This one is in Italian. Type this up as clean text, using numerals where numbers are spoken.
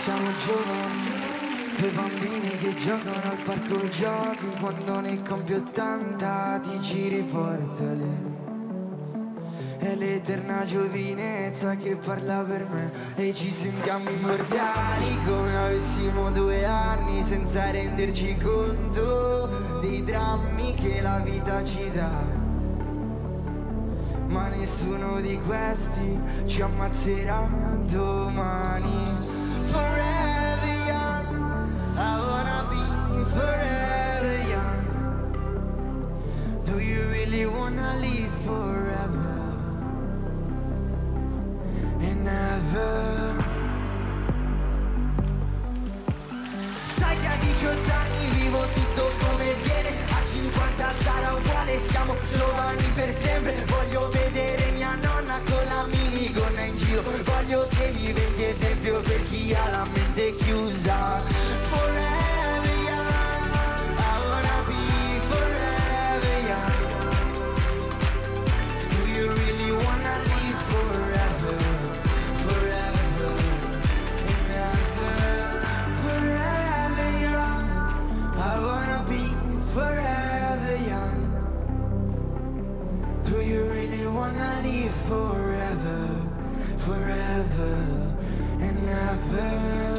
Siamo giovani, due bambini che giocano al parco giochi. Quando ne compio 80 ti ci riportali. È l'eterna giovinezza che parla per me. E ci sentiamo immortali come avessimo 2 anni, senza renderci conto dei drammi che la vita ci dà. Ma nessuno di questi ci ammazzerà domani. Forever young, I wanna be forever young. Do you really wanna live forever and ever? Sai che a 18 anni vivo tutto come viene, a 50 sarà uguale, siamo giovani per sempre. Voglio vedere mia nonna con la minigonna in giro, voglio che diventi esempio per chi ha la mente chiusa. Forever young, I wanna be forever young. Do you really wanna live forever, forever and ever? Forever young, I wanna be forever young. Do you really wanna live forever, forever and ever?